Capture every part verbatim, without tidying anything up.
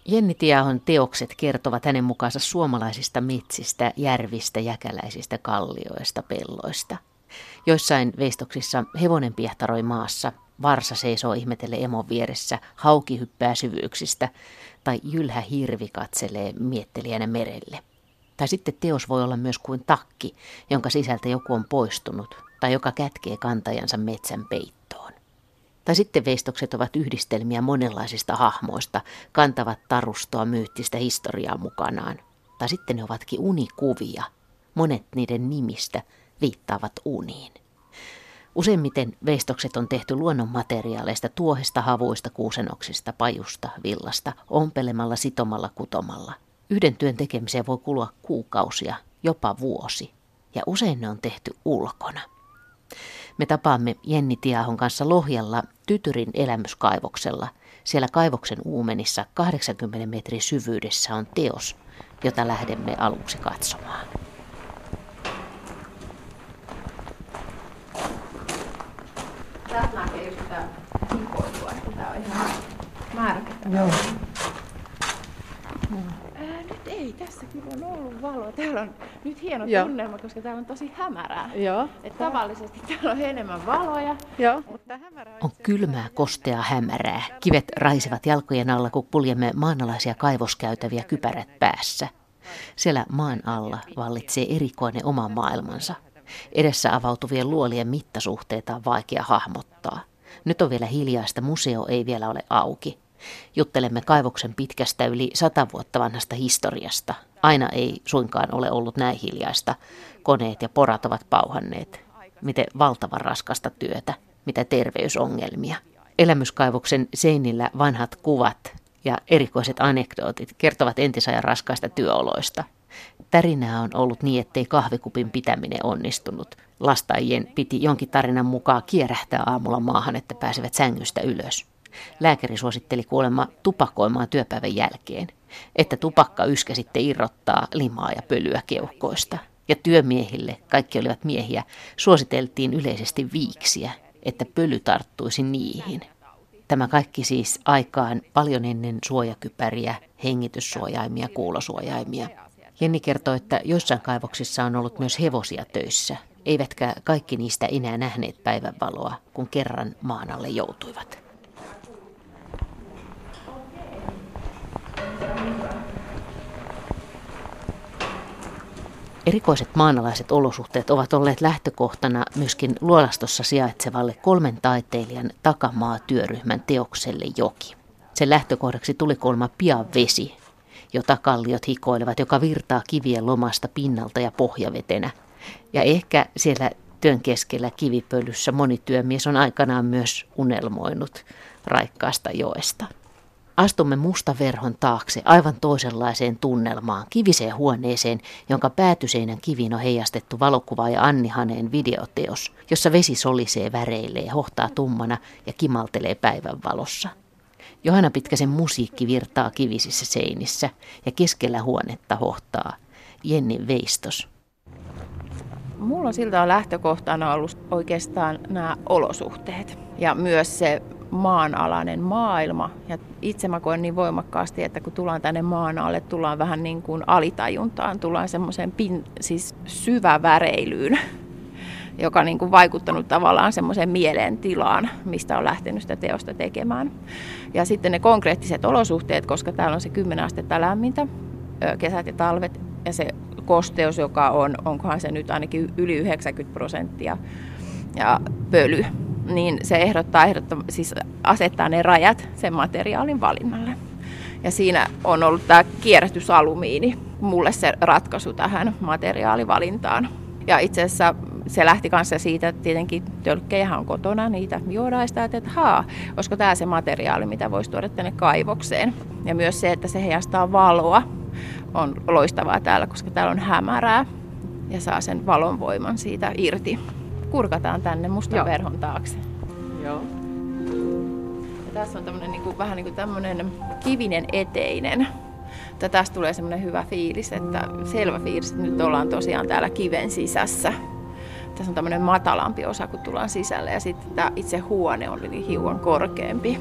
Jenni Tiahon teokset kertovat hänen mukaansa suomalaisista metsistä, järvistä, jäkäläisistä, kallioista, pelloista. Joissain veistoksissa hevonen piehtaroi maassa, varsa seisoo ihmetelle emon vieressä, hauki hyppää syvyyksistä tai jylhä hirvi katselee miettelijänä merelle. Tai sitten teos voi olla myös kuin takki, jonka sisältä joku on poistunut tai joka kätkee kantajansa metsän peittoon. Tai sitten veistokset ovat yhdistelmiä monenlaisista hahmoista, kantavat tarustoa myyttistä historiaa mukanaan. Tai sitten ne ovatkin unikuvia. Monet niiden nimistä viittaavat uniin. Useimmiten veistokset on tehty luonnonmateriaaleista, tuohesta, havuista, kuusenoksista, pajusta, villasta, ompelemalla, sitomalla, kutomalla. Yhden työn tekemiseen voi kulua kuukausia, jopa vuosi. Ja usein ne on tehty ulkona. Me tapaamme Jenni Tiahon kanssa Lohjalla Tytyrin elämyskaivoksella. Siellä kaivoksen uumenissa kahdeksankymmentä metrin syvyydessä on teos, jota lähdemme aluksi katsomaan. Täältä näkee just sitä hikoilua, että tää on ihan märkä. Joo. Ää, nyt ei, tässä kyllä on ollut valoa. Täällä on nyt hieno Joo. tunnelma, koska täällä on tosi hämärää. Joo. Et tavallisesti täällä on enemmän valoja. Joo. Mutta hämärä On kylmää, kosteaa, hämärää. Kivet raisevat jalkojen alla, kun kuljemme maanalaisia kaivoskäytäviä kypärät päässä. Siellä maan alla vallitsee erikoinen oma maailmansa. Edessä avautuvien luolien mittasuhteita on vaikea hahmottaa. Nyt on vielä hiljaista, museo ei vielä ole auki. Juttelemme kaivoksen pitkästä yli sata vuotta vanhasta historiasta. Aina ei suinkaan ole ollut näin hiljaista. Koneet ja porat ovat pauhanneet. Miten valtavan raskasta työtä, mitä terveysongelmia. Elämyskaivoksen seinillä vanhat kuvat ja erikoiset anekdootit kertovat entisajan raskaista työoloista. Tärinää on ollut niin, ettei kahvikupin pitäminen onnistunut. Lastaajien piti jonkin tarinan mukaan kierähtää aamulla maahan, että pääsevät sängystä ylös. Lääkäri suositteli kuulemma tupakoimaan työpäivän jälkeen, että tupakka yskä sitten irrottaa limaa ja pölyä keuhkoista. Ja työmiehille, kaikki olivat miehiä, suositeltiin yleisesti viiksiä, että pöly tarttuisi niihin. Tämä kaikki siis aikaan paljon ennen suojakypäriä, hengityssuojaimia, kuulosuojaimia. Jenni kertoo, että joissain kaivoksissa on ollut myös hevosia töissä, eivätkä kaikki niistä enää nähneet päivänvaloa, kun kerran maan alle joutuivat. Erikoiset maanalaiset olosuhteet ovat olleet lähtökohtana myöskin Luolastossa sijaitsevalle kolmen taiteilijan Takamaa-työryhmän teokselle Joki. Sen lähtökohdaksi tuli kuulemma pian vesi, jota kalliot hikoilevat, joka virtaa kivien lomasta pinnalta ja pohjavetenä. Ja ehkä siellä työn keskellä kivipölyssä moni työmies on aikanaan myös unelmoinut raikkaasta joesta. Astumme mustaverhon taakse aivan toisenlaiseen tunnelmaan, kiviseen huoneeseen, jonka päätyseinän kiviin on heijastettu valokuvaaja Anni Haneen videoteos, jossa vesi solisee, väreilee, hohtaa tummana ja kimaltelee päivänvalossa. Johanna Pitkäsen musiikki virtaa kivisissä seinissä ja keskellä huonetta hohtaa Jennin veistos. Mulla on siltä lähtökohtana ollut oikeastaan nämä olosuhteet ja myös se maanalainen maailma. Ja itse mä koen niin voimakkaasti, että kun tullaan tänne maan alle, tullaan vähän niin kuin alitajuntaan, tullaan semmoiseen pin, siis syväväreilyyn, joka on niin kuin vaikuttanut tavallaan semmoiseen mielentilaan, mistä on lähtenyt sitä teosta tekemään. Ja sitten ne konkreettiset olosuhteet, koska täällä on se kymmenen astetta lämmintä, kesät ja talvet, ja se kosteus, joka on, onkohan se nyt ainakin yli yhdeksänkymmentä prosenttia, ja pöly, niin se ehdottaa, ehdottaa siis asettaa ne rajat sen materiaalin valinnalle. Ja siinä on ollut tämä kierrätysalumiini, mulle se ratkaisu tähän materiaalivalintaan. Ja itse asiassa se lähti kanssa siitä, että tietenkin tölkkejähän on kotona, niitä juodaan sitä, että haa, olisiko tämä se materiaali, mitä voisi tuoda tänne kaivokseen. Ja myös se, että se heijastaa valoa, on loistavaa täällä, koska täällä on hämärää ja saa sen valonvoiman siitä irti. Kurkataan tänne mustan Joo. verhon taakse. Joo. Ja tässä on tämmönen, niin kuin, vähän niin kuin tämmöinen kivinen eteinen. Ja tästä tulee semmoinen hyvä fiilis, että selvä fiilis, että nyt ollaan tosiaan täällä kiven sisässä. Tässä on tämmöinen matalampi osa, kun tullaan sisälle, ja sitten tämä itse huone on hiukan korkeampi.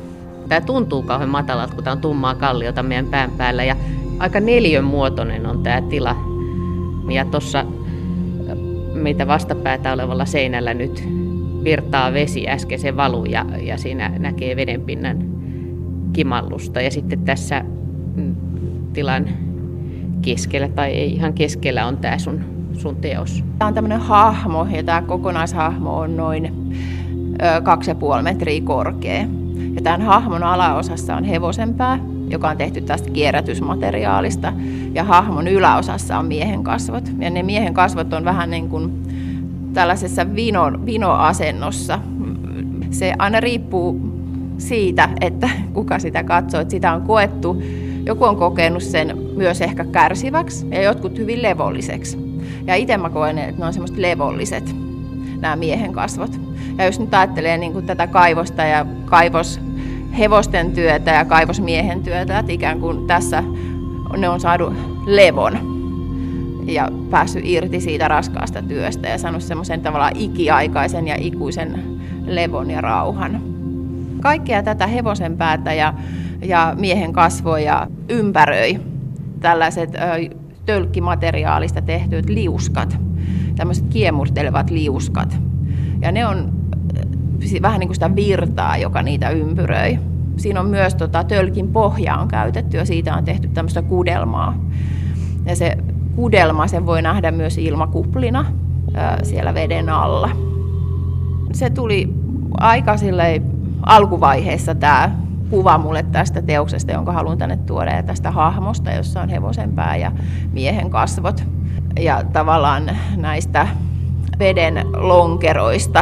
Tämä tuntuu kauhean matalalta, kun tämä on tummaa kalliota meidän pään päällä ja aika neliön muotoinen on tämä tila. Ja tuossa meitä vastapäätä olevalla seinällä nyt virtaa vesi, äsken se valuu ja, ja siinä näkee vedenpinnan kimallusta. Ja sitten tässä tilan keskellä, tai ei ihan keskellä, on tämä sun, sun teos. Tämä on tämmöinen hahmo, ja tämä kokonaishahmo on noin ö, kaksi ja puoli metriä korkea. Ja tämän hahmon alaosassa on hevosenpää, joka on tehty tästä kierrätysmateriaalista, ja hahmon yläosassa on miehen kasvot. Ja ne miehen kasvot on vähän niin kuin tällaisessa vino, vinoasennossa. Se aina riippuu siitä, että kuka sitä katsoo, että sitä on koettu. Joku on kokenut sen myös ehkä kärsiväksi ja jotkut hyvin levolliseksi. Ja itse mä koen, että ne on semmoiset levolliset, nämä miehen kasvot. Ja jos nyt ajattelee niin kuin tätä kaivosta ja kaivoshevosten työtä ja kaivosmiehen työtä, että ikään kuin tässä ne on saanut levon ja päässyt irti siitä raskaasta työstä ja saanut semmoisen tavallaan ikiaikaisen ja ikuisen levon ja rauhan. Kaikkea tätä hevosen päätä ja, ja miehen kasvoja ympäröi tällaiset ö, tölkkimateriaalista tehtyt liuskat, tämmöiset kiemurtelevat liuskat. Ja ne on vähän niin kuin sitä virtaa, joka niitä ympyröi. Siinä on myös tota, tölkin pohja on käytetty ja siitä on tehty tämmöistä kudelmaa. Ja se kudelma sen voi nähdä myös ilmakuplina ö, siellä veden alla. Se tuli aika silleen alkuvaiheessa tämä kuva mulle tästä teoksesta, jonka haluan tänne tuoda, ja tästä hahmosta, jossa on hevosenpää ja miehen kasvot. Ja tavallaan näistä veden lonkeroista,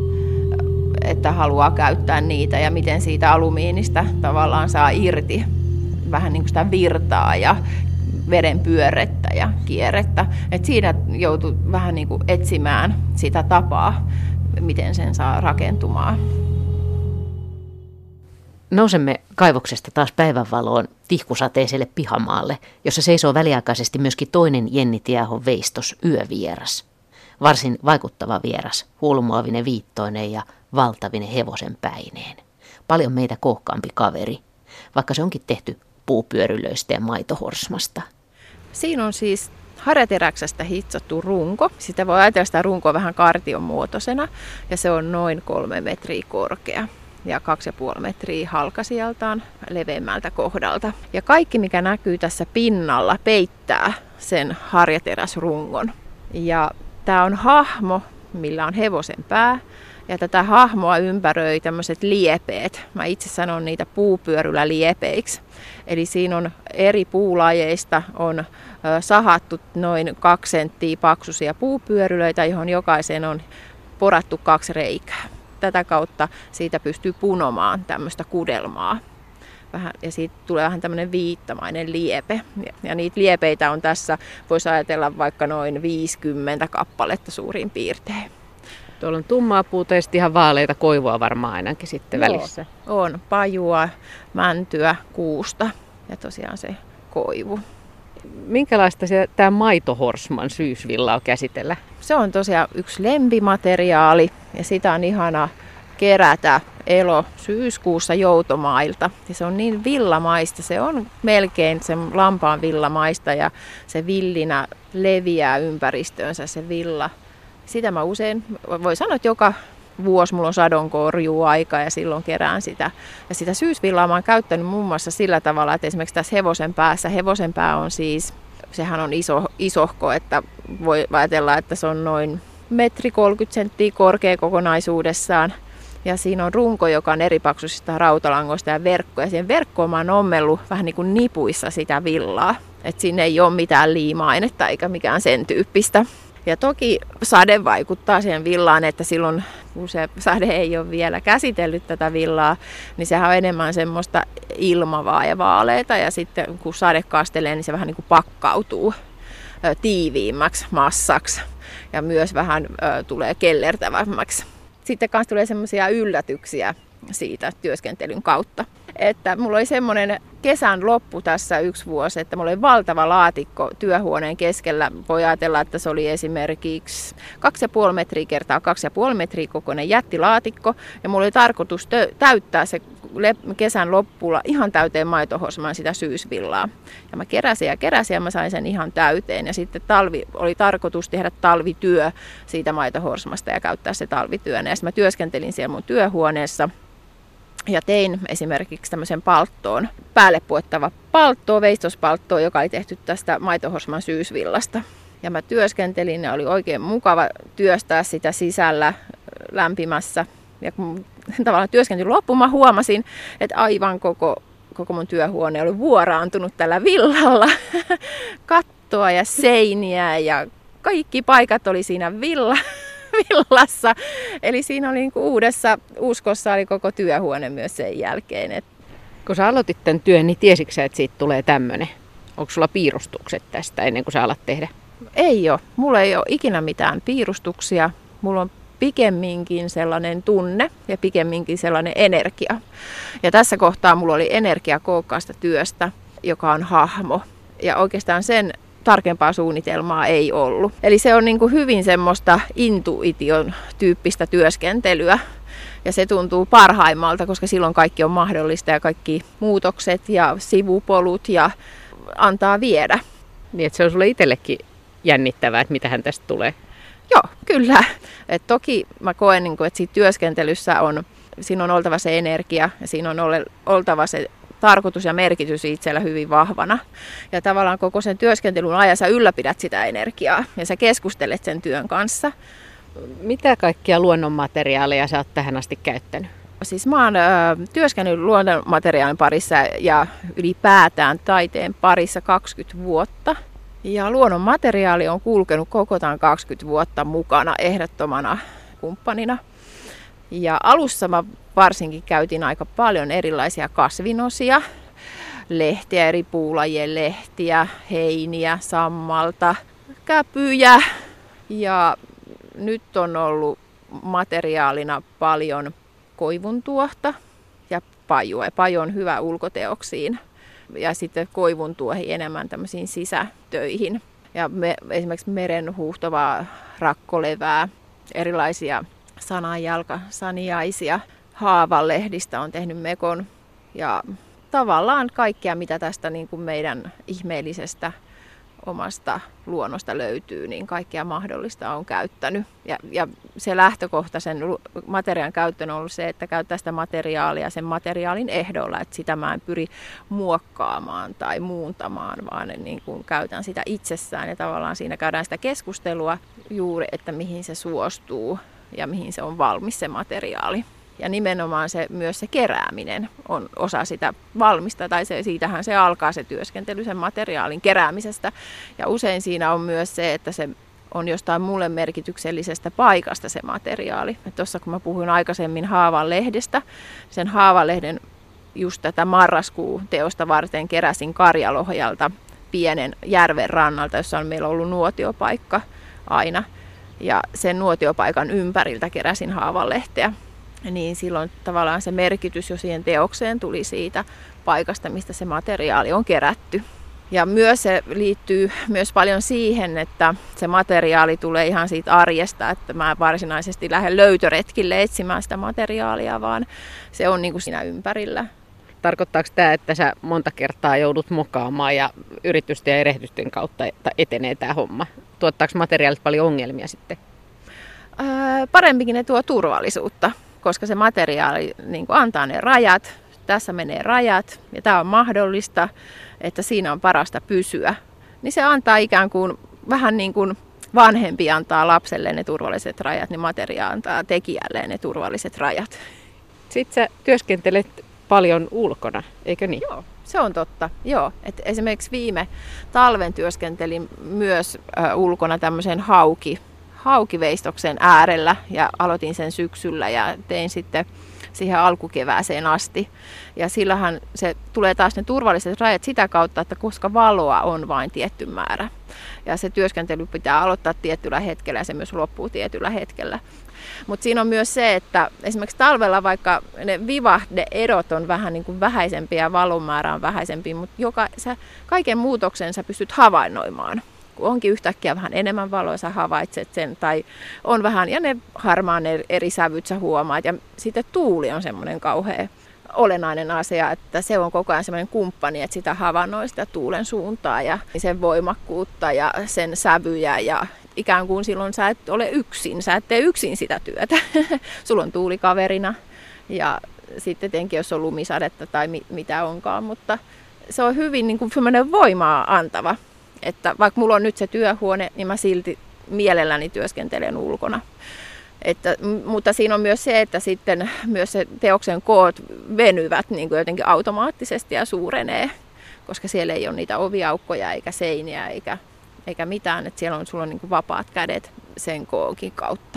että haluaa käyttää niitä ja miten siitä alumiinista tavallaan saa irti vähän niin kuin sitä virtaa ja veden pyörrettä ja kierrettä. Et siinä joutui vähän niin kuin etsimään sitä tapaa, miten sen saa rakentumaan. Nousemme kaivoksesta taas päivänvaloon tihkusateiselle pihamaalle, jossa seisoo väliaikaisesti myöskin toinen Jenni Tiahon veistos, Yövieras. Varsin vaikuttava vieras, hulmuavinen viittoinen ja valtavinen hevosen päineen. Paljon meitä kohkaampi kaveri, vaikka se onkin tehty puupyörylöistä ja maitohorsmasta. Siinä on siis harjateräksestä hitsattu runko. Sitä voi ajatella sitä runkoa vähän kartion muotoisena ja se on noin kolme metriä korkea ja kaksi ja puoli metriä halkasijaltaan leveämmältä kohdalta. Ja kaikki, mikä näkyy tässä pinnalla, peittää sen harjateräsrungon. Ja tämä on hahmo, millä on hevosen pää. Ja tätä hahmoa ympäröi tämmöiset liepeet. Mä itse sanon niitä puupyöryläliepeiksi. Eli siinä on eri puulajeista on sahattu noin kaksi senttiä paksuisia puupyörylöitä, johon jokaiseen on porattu kaksi reikää. Tätä kautta siitä pystyy punomaan tämmöistä kudelmaa. Vähän, ja siitä tulee vähän tämmöinen viittamainen liepe. Ja, ja niitä liepeitä on tässä, voisi ajatella vaikka noin viisikymmentä kappaletta suurin piirtein. Tuolla on tummaa puuta ja ihan vaaleita koivua varmaan ainakin sitten Joo, välissä. On pajua, mäntyä, kuusta ja tosiaan se koivu. Minkälaista se, tämä maitohorsman syysvilla on käsitellä? Se on tosiaan yksi lempimateriaali ja sitä on ihana kerätä elo-syyskuussa joutomailta. Ja se on niin villamaista, se on melkein sen lampaan villamaista ja se villinä leviää ympäristöönsä se villa. Sitä mä usein, voi sanoa, että joka vuosi mulla on sadonkorjuuaika ja silloin kerään sitä. Ja sitä syysvillaa mä oon käyttänyt muun muassa sillä tavalla, että esimerkiksi tässä hevosen päässä, hevosen pää on siis, sehän on iso, isohko, että voi ajatella, että se on noin metri kolmekymmentä senttiä korkea kokonaisuudessaan. Ja siinä on runko, joka on eri paksuisista rautalangoista ja verkko. Ja siihen verkkoon mä oon ommellut vähän niin kuin nipuissa sitä villaa. Että siinä ei ole mitään liima-ainetta eikä mikään sen tyyppistä. Ja toki sade vaikuttaa siihen villaan, että silloin kun se sade ei ole vielä käsitellyt tätä villaa, niin sehän on enemmän semmoista ilmavaa ja vaaleita. Ja sitten kun sade kastelee, niin se vähän niin kuin pakkautuu tiiviimmäksi massaksi ja myös vähän ö, tulee kellertävämmäksi. Sitten kanssa tulee semmoisia yllätyksiä siitä työskentelyn kautta. Että mulla oli semmoinen kesän loppu tässä yksi vuosi, että mulla oli valtava laatikko työhuoneen keskellä. Voi ajatella, että se oli esimerkiksi kaksi ja puoli metriä kertaa kaksi ja puoli metriä kokoinen jättilaatikko. Ja mulla oli tarkoitus täyttää se kesän loppulla ihan täyteen maitohorsmaan sitä syysvillaa. Ja mä keräsin ja keräsin ja mä sain sen ihan täyteen. Ja sitten talvi, oli tarkoitus tehdä talvityö siitä maitohorsmasta ja käyttää se talvityönä. Ja sitten mä työskentelin siellä mun työhuoneessa. Ja tein esimerkiksi tämmöisen palttoon, päälle puettava palttoo, veistospalttoo, joka oli tehty tästä maitohorsman syysvillasta. Ja mä työskentelin ja oli oikein mukava työstää sitä sisällä lämpimässä. Ja kun tavallaan työskentelyn loppuun mä huomasin, että aivan koko, koko mun työhuone oli vuoraantunut tällä villalla. Kattoa ja seiniä ja kaikki paikat oli siinä villa. villassa. Eli siinä oli niin kuin uudessa uskossa oli koko työhuone myös sen jälkeen. Et kun sä aloitit tämän työn, niin tiesitkö sä, että siitä tulee tämmöinen? Onko sulla piirustukset tästä ennen kuin sä alat tehdä? Ei ole. Mulla ei ole ikinä mitään piirustuksia. Mulla on pikemminkin sellainen tunne ja pikemminkin sellainen energia. Ja tässä kohtaa mulla oli energia kookkaasta työstä, joka on hahmo. Ja oikeastaan sen tarkempaa suunnitelmaa ei ollut. Eli se on niin kuin hyvin semmoista intuition tyyppistä työskentelyä. Ja se tuntuu parhaimmalta, koska silloin kaikki on mahdollista ja kaikki muutokset ja sivupolut ja antaa viedä. Niin, että se on sulle itsellekin jännittävää, että mitähän tästä tulee. Joo, kyllä. Et toki mä koen, että siinä työskentelyssä on, siinä on oltava se energia ja siinä on oltava se tarkoitus ja merkitys itsellä hyvin vahvana. Ja tavallaan koko sen työskentelyn ajan sä ylläpidät sitä energiaa ja sä keskustelet sen työn kanssa. Mitä kaikkia luonnonmateriaaleja sä oot tähän asti käyttänyt? Siis mä oon ö, työskennellyt luonnonmateriaalin parissa ja ylipäätään taiteen parissa kaksikymmentä vuotta. Ja luonnonmateriaali on kulkenut koko tämän kaksikymmentä vuotta mukana ehdottomana kumppanina. Ja alussa mä varsinkin käytin aika paljon erilaisia kasvinosia, lehtiä, eri puulajien lehtiä, heiniä, sammalta, käpyjä. Ja nyt on ollut materiaalina paljon koivuntuohta ja pajua. Ja paju on hyvä ulkoteoksiin. Ja sitten koivuntuohi enemmän tämmöisiin sisätöihin. Ja me, esimerkiksi meren huuhtovaa rakkolevää, erilaisia sananjalkasaniaisia, haavanlehdistä on tehnyt mekon. Ja tavallaan kaikkea, mitä tästä niin kuin meidän ihmeellisestä omasta luonnosta löytyy, niin kaikkea mahdollista on käyttänyt. Ja, ja se lähtökohta sen materiaalin käyttöön on ollut se, että käyttää sitä materiaalia sen materiaalin ehdolla, että sitä mä en pyri muokkaamaan tai muuntamaan, vaan niin kuin käytän sitä itsessään ja tavallaan siinä käydään sitä keskustelua juuri, että mihin se suostuu ja mihin se on valmis se materiaali. Ja nimenomaan se, myös se kerääminen on osa sitä valmista, tai se, siitähän se alkaa se työskentely sen materiaalin keräämisestä. Ja usein siinä on myös se, että se on jostain mulle merkityksellisestä paikasta se materiaali. Tuossa kun mä puhuin aikaisemmin haavanlehdestä, sen haavanlehden just tätä marraskuun teosta varten keräsin Karjalohjalta pienen järven rannalta, jossa on meillä ollut nuotiopaikka aina. Ja sen nuotiopaikan ympäriltä keräsin haavanlehteä. Niin silloin tavallaan se merkitys jo siihen teokseen tuli siitä paikasta, mistä se materiaali on kerätty. Ja myös se liittyy myös paljon siihen, että se materiaali tulee ihan siitä arjesta, että mä varsinaisesti lähden löytöretkille etsimään sitä materiaalia, vaan se on niin kuin siinä ympärillä. Tarkoittaako tämä, että sä monta kertaa joudut mokaamaan ja yritysten ja erehdysten kautta etenee tämä homma? Tuottaako materiaalit paljon ongelmia sitten? Ää, parempikin ne tuo turvallisuutta, koska se materiaali niin kuin antaa ne rajat. Tässä menee rajat ja tämä on mahdollista, että siinä on parasta pysyä. Niin se antaa ikään kuin vähän niin kuin vanhempi antaa lapselle ne turvalliset rajat, niin materiaali antaa tekijälleen ne turvalliset rajat. Sitten sä työskentelet paljon ulkona, eikö niin? Joo, se on totta. Joo. Et esimerkiksi viime talven työskentelin myös äh, ulkona tämmöisen hauki, haukiveistoksen äärellä ja aloitin sen syksyllä ja tein sitten siihen alkukevääseen asti. Ja sillähän se tulee taas ne turvalliset rajat sitä kautta, että koska valoa on vain tietty määrä. Ja se työskentely pitää aloittaa tietyllä hetkellä ja se myös loppuu tietyllä hetkellä. Mutta siinä on myös se, että esimerkiksi talvella vaikka ne vivahde-erot on vähän niin kuin vähäisempiä ja valomäärä on vähäisempi, mutta joka, sä, kaiken muutoksen sä pystyt havainnoimaan. Kun onkin yhtäkkiä vähän enemmän valoa, sä havaitset sen, tai on vähän, ja ne harmaan eri sävyt sä huomaat, ja sitten tuuli on semmoinen kauhean olennainen asia, että se on koko ajan sellainen kumppani, että sitä havainnoi sitä tuulen suuntaa ja sen voimakkuutta ja sen sävyjä ja ikään kuin silloin sä et ole yksin, sä et tee yksin sitä työtä. Sulla on tuuli kaverina ja sitten tietenkin jos on lumisadetta tai mi- mitä onkaan, mutta se on hyvin niin kuin voimaa antava, että vaikka mulla on nyt se työhuone, niin mä silti mielelläni työskentelen ulkona. Että, mutta siinä on myös se, että sitten myös se teoksen koot venyvät niin kuin jotenkin automaattisesti ja suurenee, koska siellä ei ole niitä oviaukkoja eikä seiniä eikä, eikä mitään, että siellä on, sulla on niin kuin vapaat kädet sen koonkin kautta.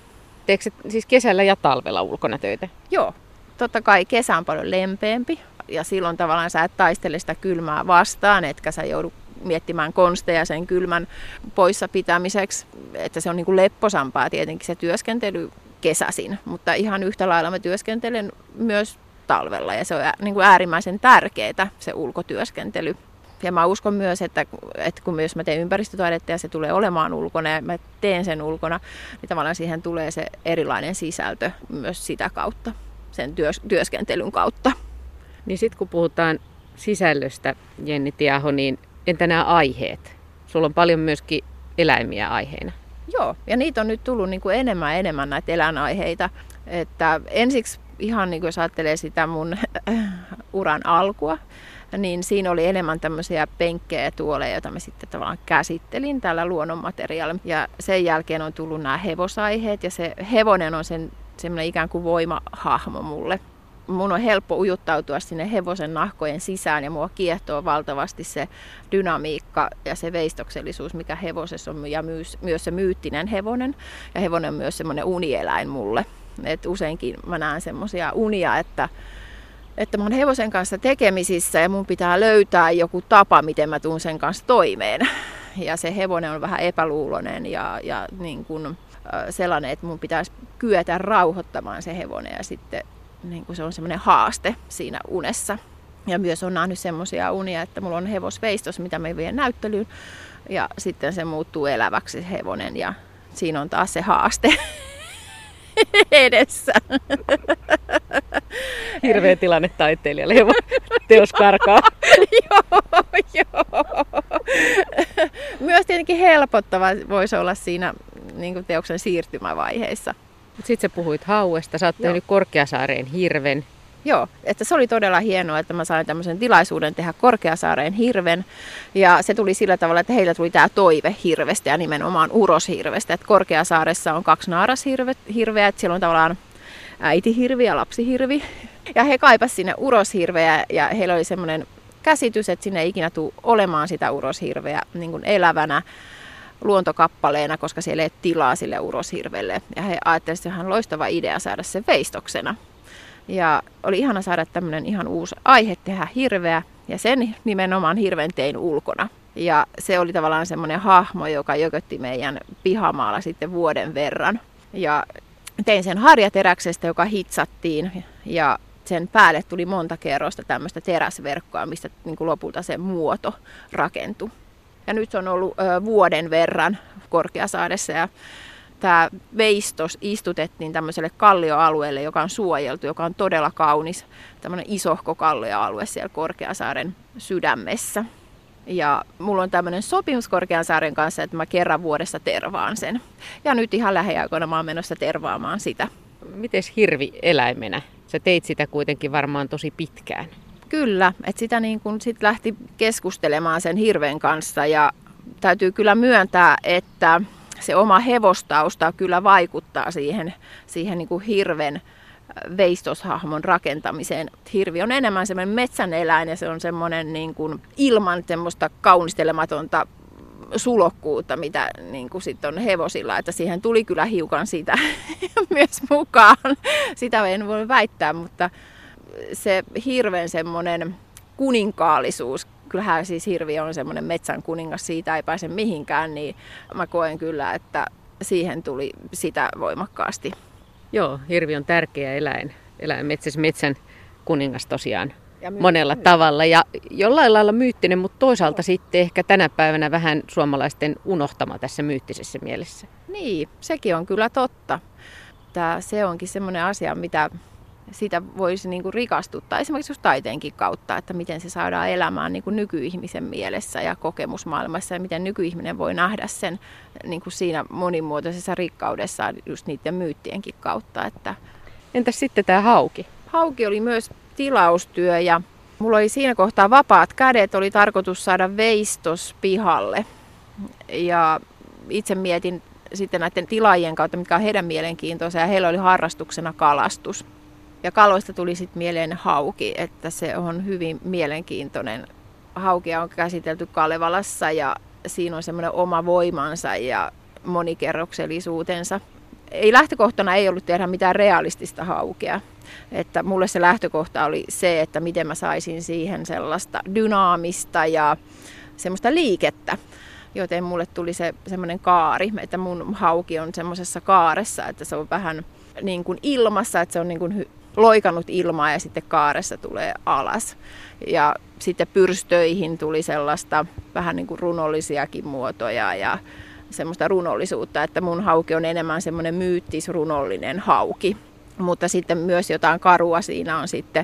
Teekö siis kesällä ja talvella ulkona töitä? Joo, totta kai kesä on paljon lempeämpi ja silloin tavallaan sä et taistele sitä kylmää vastaan, etkä sä joudu miettimään konsteja sen kylmän poissa pitämiseksi, että se on niin kuin lepposampaa tietenkin se työskentely kesäsin, mutta ihan yhtä lailla mä työskentelen myös talvella ja se on niin kuin äärimmäisen tärkeää se ulkotyöskentely. Ja mä uskon myös, että, että kun myös mä teen ympäristötaidetta ja se tulee olemaan ulkona ja mä teen sen ulkona, niin tavallaan siihen tulee se erilainen sisältö myös sitä kautta, sen työs, työskentelyn kautta. Niin sitten kun puhutaan sisällöstä, Jenni Tiaho, niin entä nämä aiheet? Sulla on paljon myöskin eläimiä aiheina. Joo, ja niitä on nyt tullut niin kuin enemmän ja enemmän näitä eläinaiheita. Että ensiksi ihan niin kuin jos ajattelee sitä mun uran alkua, niin siinä oli enemmän tämmöisiä penkkejä ja tuoleja, joita mä sitten tavallaan käsittelin tällä luonnonmateriaalilla. Ja sen jälkeen on tullut nämä hevosaiheet ja se hevonen on sen semmoinen ikään kuin voimahahmo mulle. Mun on helppo ujuttautua sinne hevosen nahkojen sisään ja mua kiehtoo valtavasti se dynamiikka ja se veistoksellisuus, mikä hevosessa on ja myös, myös se myyttinen hevonen. Ja hevonen on myös semmoinen unieläin mulle. Et useinkin mä näen semmoisia unia, että, että mä oon hevosen kanssa tekemisissä ja mun pitää löytää joku tapa, miten mä tuun sen kanssa toimeen. Ja se hevonen on vähän epäluuloinen ja, ja niin kun, sellainen, että mun pitäisi kyetä rauhoittamaan se hevonen ja sitten niin kuin se on semmoinen haaste siinä unessa. Ja myös on nähnyt semmoisia unia, että mulla on hevosveistos, mitä me vien näyttelyyn. Ja sitten se muuttuu eläväksi se hevonen ja siinä on taas se haaste edessä. Hirveä tilanne taiteilijalle, teos karkaa. Joo, joo. Myös tietenkin helpottava voisi olla siinä niin kuin teoksen siirtymävaiheessa. Sitten sä puhuit hauesta, sä oot tehnyt Korkeasaareen hirven. Joo, että se oli todella hienoa, että mä sain tämmöisen tilaisuuden tehdä Korkeasaareen hirven. Ja se tuli sillä tavalla, että heillä tuli tämä toive hirvestä ja nimenomaan uroshirvestä. Että Korkeasaaressa on kaksi naarashirveä, että siellä on tavallaan äitihirvi ja lapsihirvi. Ja he kaipasivat sinne uroshirveä ja heillä oli semmoinen käsitys, että sinne ei ikinä tule olemaan sitä uroshirveä niin kuin elävänä luontokappaleena, koska siellä ei ole tilaa sille uroshirvelle. Ja he ajattelivat, että se on ihan loistava idea saada se veistoksena. Ja oli ihana saada tämmöinen ihan uusi aihe tehdä hirveä, ja sen nimenomaan hirven tein ulkona. Ja se oli tavallaan semmoinen hahmo, joka jökötti meidän pihamaalla sitten vuoden verran. Ja tein sen harjateräksestä, joka hitsattiin, ja sen päälle tuli monta kerrosta tämmöistä teräsverkkoa, mistä niin kuin lopulta se muoto rakentui. Ja nyt se on ollut ö, vuoden verran Korkeasaaressa ja tämä veistos istutettiin tämmöiselle kallioalueelle, joka on suojeltu, joka on todella kaunis. Tämmöinen isohko kallioalue siellä Korkeasaaren sydämessä. Ja mulla on tämmöinen sopimus Korkeasaaren kanssa, että mä kerran vuodessa tervaan sen. Ja nyt ihan lähiaikoina mä oon menossa tervaamaan sitä. Mites hirvi eläimenä? Sä teit sitä kuitenkin varmaan tosi pitkään. Kyllä, että sitä niin kun sit lähti keskustelemaan sen hirven kanssa ja täytyy kyllä myöntää, että se oma hevostausta kyllä vaikuttaa siihen, siihen niin kuin hirven veistoshahmon rakentamiseen. Hirvi on enemmän semmoinen metsäneläin ja se on semmoinen niin kuin ilman semmoista kaunistelematonta sulokkuutta, mitä niin kuin sit on hevosilla, että siihen tuli kyllä hiukan sitä myös mukaan. Sitä en voi väittää, mutta se hirven semmoinen kuninkaallisuus, kyllähän siis hirvi on semmoinen metsän kuningas, siitä ei pääse mihinkään, niin mä koen kyllä, että siihen tuli sitä voimakkaasti. Joo, hirvi on tärkeä eläin, eläin metsässä metsän kuningas tosiaan monella tavalla ja jollain lailla myyttinen, mutta toisaalta sitten ehkä tänä päivänä vähän suomalaisten unohtama tässä myyttisessä mielessä. Niin, sekin on kyllä totta. Tää, se onkin semmoinen asia, mitä sitä voisi niin kuin rikastuttaa esimerkiksi just taiteenkin kautta, että miten se saadaan elämään niin kuin nykyihmisen mielessä ja kokemusmaailmassa ja miten nykyihminen voi nähdä sen niin kuin siinä monimuotoisessa rikkaudessa just niiden myyttienkin kautta. Että entäs sitten tämä hauki? Hauki oli myös tilaustyö ja mulla oli siinä kohtaa vapaat kädet, oli tarkoitus saada veistos pihalle ja itse mietin sitten näiden tilaajien kautta, mitkä on heidän mielenkiintoisia ja heillä oli harrastuksena kalastus. Ja kaloista tuli sitten mieleen hauki, että se on hyvin mielenkiintoinen. Haukia on käsitelty Kalevalassa ja siinä on semmoinen oma voimansa ja monikerroksellisuutensa. Ei lähtökohtana ei ollut tehdä mitään realistista haukea. Että mulle se lähtökohta oli se, että miten mä saisin siihen sellaista dynaamista ja semmoista liikettä. Joten mulle tuli se semmoinen kaari, että mun hauki on semmoisessa kaaressa, että se on vähän niin kuin ilmassa, että se on niin kuin loikannut ilmaa ja sitten kaaressa tulee alas. Ja sitten pyrstöihin tuli sellaista vähän niin kuin runollisiakin muotoja ja semmoista runollisuutta, että mun hauki on enemmän semmoinen myyttisrunollinen hauki. Mutta sitten myös jotain karua siinä on sitten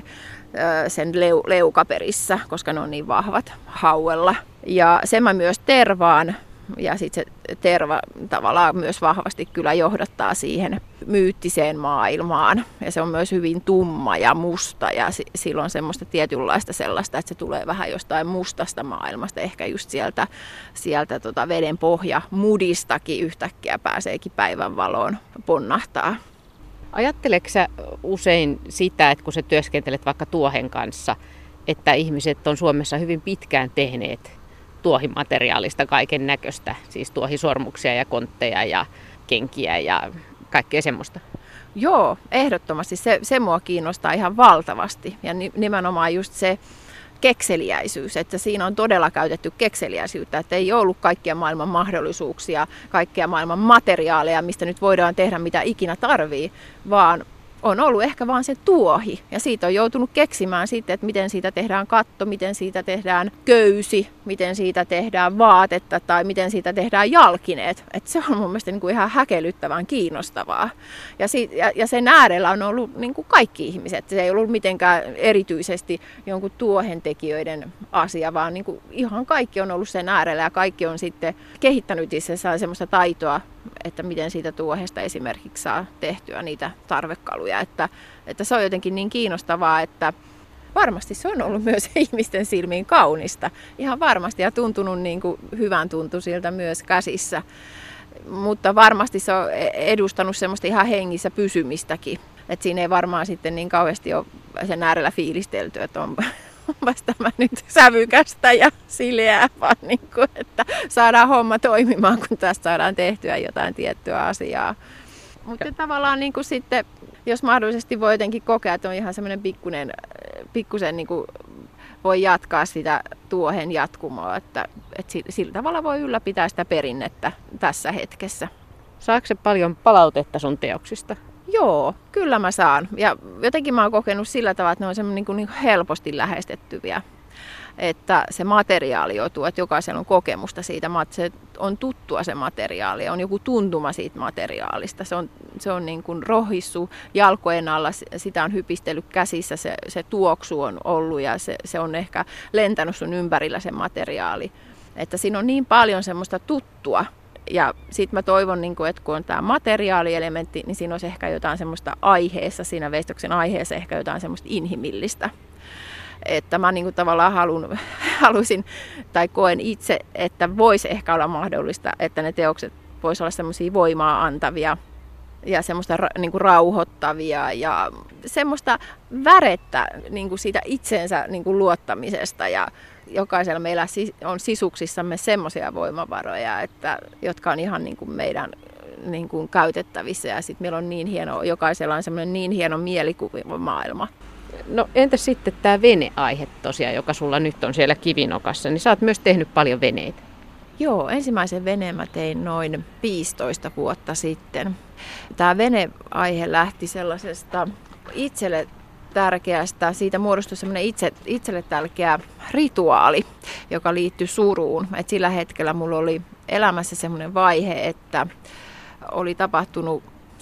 sen leukaperissä, koska ne on niin vahvat hauella. Ja sen mä myös tervaan, ja sitten se terva tavallaan myös vahvasti kyllä johdattaa siihen myyttiseen maailmaan. Ja se on myös hyvin tumma ja musta, ja sillä on semmoista tietynlaista sellaista, että se tulee vähän jostain mustasta maailmasta, ehkä just sieltä, sieltä tota veden pohja mudistakin yhtäkkiä pääseekin päivänvaloon ponnahtaa. Ajatteleksä sä usein sitä, että kun sä työskentelet vaikka tuohen kanssa, että ihmiset on Suomessa hyvin pitkään tehneet tuohimateriaalista kaiken näköistä, siis tuohisormuksia ja kontteja ja kenkiä ja kaikkea semmoista? Joo, ehdottomasti. Se, se mua kiinnostaa ihan valtavasti ja nimenomaan just se kekseliäisyys, että siinä on todella käytetty kekseliäisyyttä, että ei ollut kaikkia maailman mahdollisuuksia, kaikkia maailman materiaaleja, mistä nyt voidaan tehdä mitä ikinä tarvii, vaan on ollut ehkä vaan se tuohi. Ja siitä on joutunut keksimään sitten, että miten siitä tehdään katto, miten siitä tehdään köysi, miten siitä tehdään vaatetta tai miten siitä tehdään jalkineet. Että se on mun mielestä niin kuin ihan häkellyttävän kiinnostavaa. Ja, siitä, ja, ja sen äärellä on ollut niin kuin kaikki ihmiset. Se ei ollut mitenkään erityisesti jonkun tuohentekijöiden asia, vaan niin kuin ihan kaikki on ollut sen äärellä ja kaikki on sitten kehittänyt itsessään semmoista taitoa, että miten siitä tuohesta esimerkiksi saa tehtyä niitä tarvekaluja. Että, että se on jotenkin niin kiinnostavaa, että varmasti se on ollut myös ihmisten silmiin kaunista. Ihan varmasti ja tuntunut niin kuin hyvän tuntuisilta myös käsissä. Mutta varmasti se on edustanut semmoista ihan hengissä pysymistäkin. Että siinä ei varmaan sitten niin kauheasti ole sen äärellä fiilistelty, että on onpas tämä nyt sävykästä ja sileää, vaan niin kuin, että saadaan homma toimimaan, kun tästä saadaan tehtyä jotain tiettyä asiaa. Mutta tavallaan niin kuin sitten, jos mahdollisesti voi jotenkin kokea, että on ihan semmoinen pikkuinen, pikkusen niin kuin voi jatkaa sitä tuohen jatkumoa, että, että sillä tavalla voi ylläpitää sitä perinnettä tässä hetkessä. Saatko se paljon palautetta sun teoksista? Joo, kyllä mä saan. Ja jotenkin mä oon kokenut sillä tavalla, että ne on semmoinen niin niin helposti lähestettyviä. Että se materiaali joutuu, että jokaisella on kokemusta siitä, se on tuttua se materiaali, on joku tuntuma siitä materiaalista. Se on, se on niin kuin rohissu jalkojen alla, sitä on hypistellyt käsissä, se, se tuoksu on ollut ja se, se on ehkä lentänyt sun ympärillä se materiaali. Että siinä on niin paljon semmoista tuttua. Ja sitten mä toivon, että kun on tämä materiaalielementti, niin siinä olisi ehkä jotain semmoista aiheessa, siinä veistoksen aiheessa ehkä jotain semmoista inhimillistä. Että mä niin kuin tavallaan halun, halusin tai koen itse, että voisi ehkä olla mahdollista, että ne teokset voisi olla semmoisia voimaa antavia ja semmoista niin kuin rauhoittavia ja semmoista värettä niin kuin siitä itsensä niin kuin luottamisesta. Ja jokaisella meillä on sisuksissamme semmoisia voimavaroja, että, jotka on ihan niin kuin meidän niin kuin käytettävissä. Ja sitten meillä on niin hieno, jokaisella on semmoinen niin hieno mielikuvamaailma. No entäs sitten tämä veneaihe tosiaan, joka sulla nyt on siellä kivinokassa, niin sä oot myös tehnyt paljon veneitä. Joo, ensimmäisen veneen mä tein noin viisitoista vuotta sitten. Tämä veneaihe lähti sellaisesta itselle tärkeästä, siitä muodostui semmoinen itse, itselle tärkeä rituaali, joka liittyi suruun. Et sillä hetkellä mulla oli elämässä semmoinen vaihe, että oli tapahtunut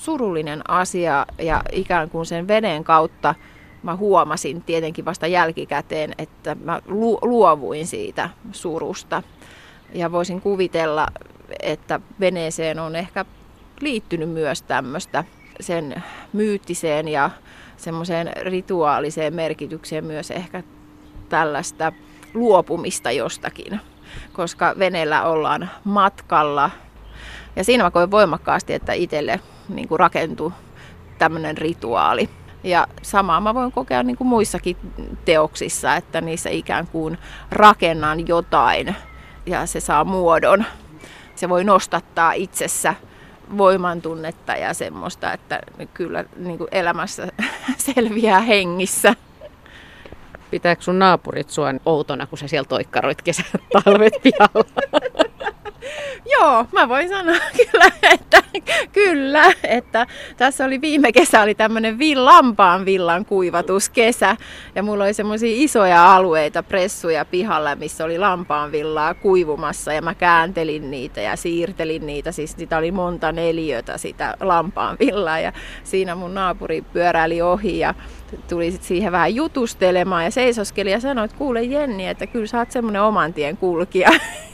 surullinen asia ja ikään kuin sen veneen kautta mä huomasin tietenkin vasta jälkikäteen, että mä luovuin siitä surusta. Ja voisin kuvitella, että veneeseen on ehkä liittynyt myös tämmöistä sen myyttiseen ja semmoiseen rituaaliseen merkitykseen myös ehkä tällaista luopumista jostakin, koska veneellä ollaan matkalla. Ja siinä mä koin voimakkaasti, että itselle niin kuin rakentui tämmöinen rituaali. Ja samaa mä voin kokea niin kuin muissakin teoksissa, että niissä ikään kuin rakennan jotain ja se saa muodon. Se voi nostattaa itsessä voimantunnetta ja semmoista, että kyllä niin kuin elämässä selviää hengissä. Pitääkö sun naapurit sua outona, kun sä siellä toikkaroit kesän talvet pihalla? Joo, mä voin sanoa kyllä, että kyllä, että tässä oli viime kesä oli tämmöinen lampaan villan kuivatuskesä ja mulla oli semmoisia isoja alueita, pressuja pihalla, missä oli lampaan villaa kuivumassa ja mä kääntelin niitä ja siirtelin niitä, siis sitä oli monta neliötä sitä lampaan villaa ja siinä mun naapuri pyöräili ohi ja tuli sit siihen vähän jutustelemaan ja seisoskeli ja sanoi, että kuule Jenni, että kyllä sä oot semmoinen oman tien kulkija.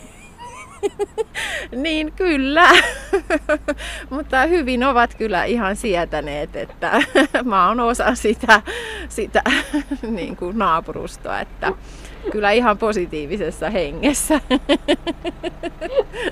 Niin kyllä, mutta hyvin ovat kyllä ihan sietäneet, että mä oon osa sitä, sitä niin kuin naapurustoa, että kyllä ihan positiivisessa hengessä.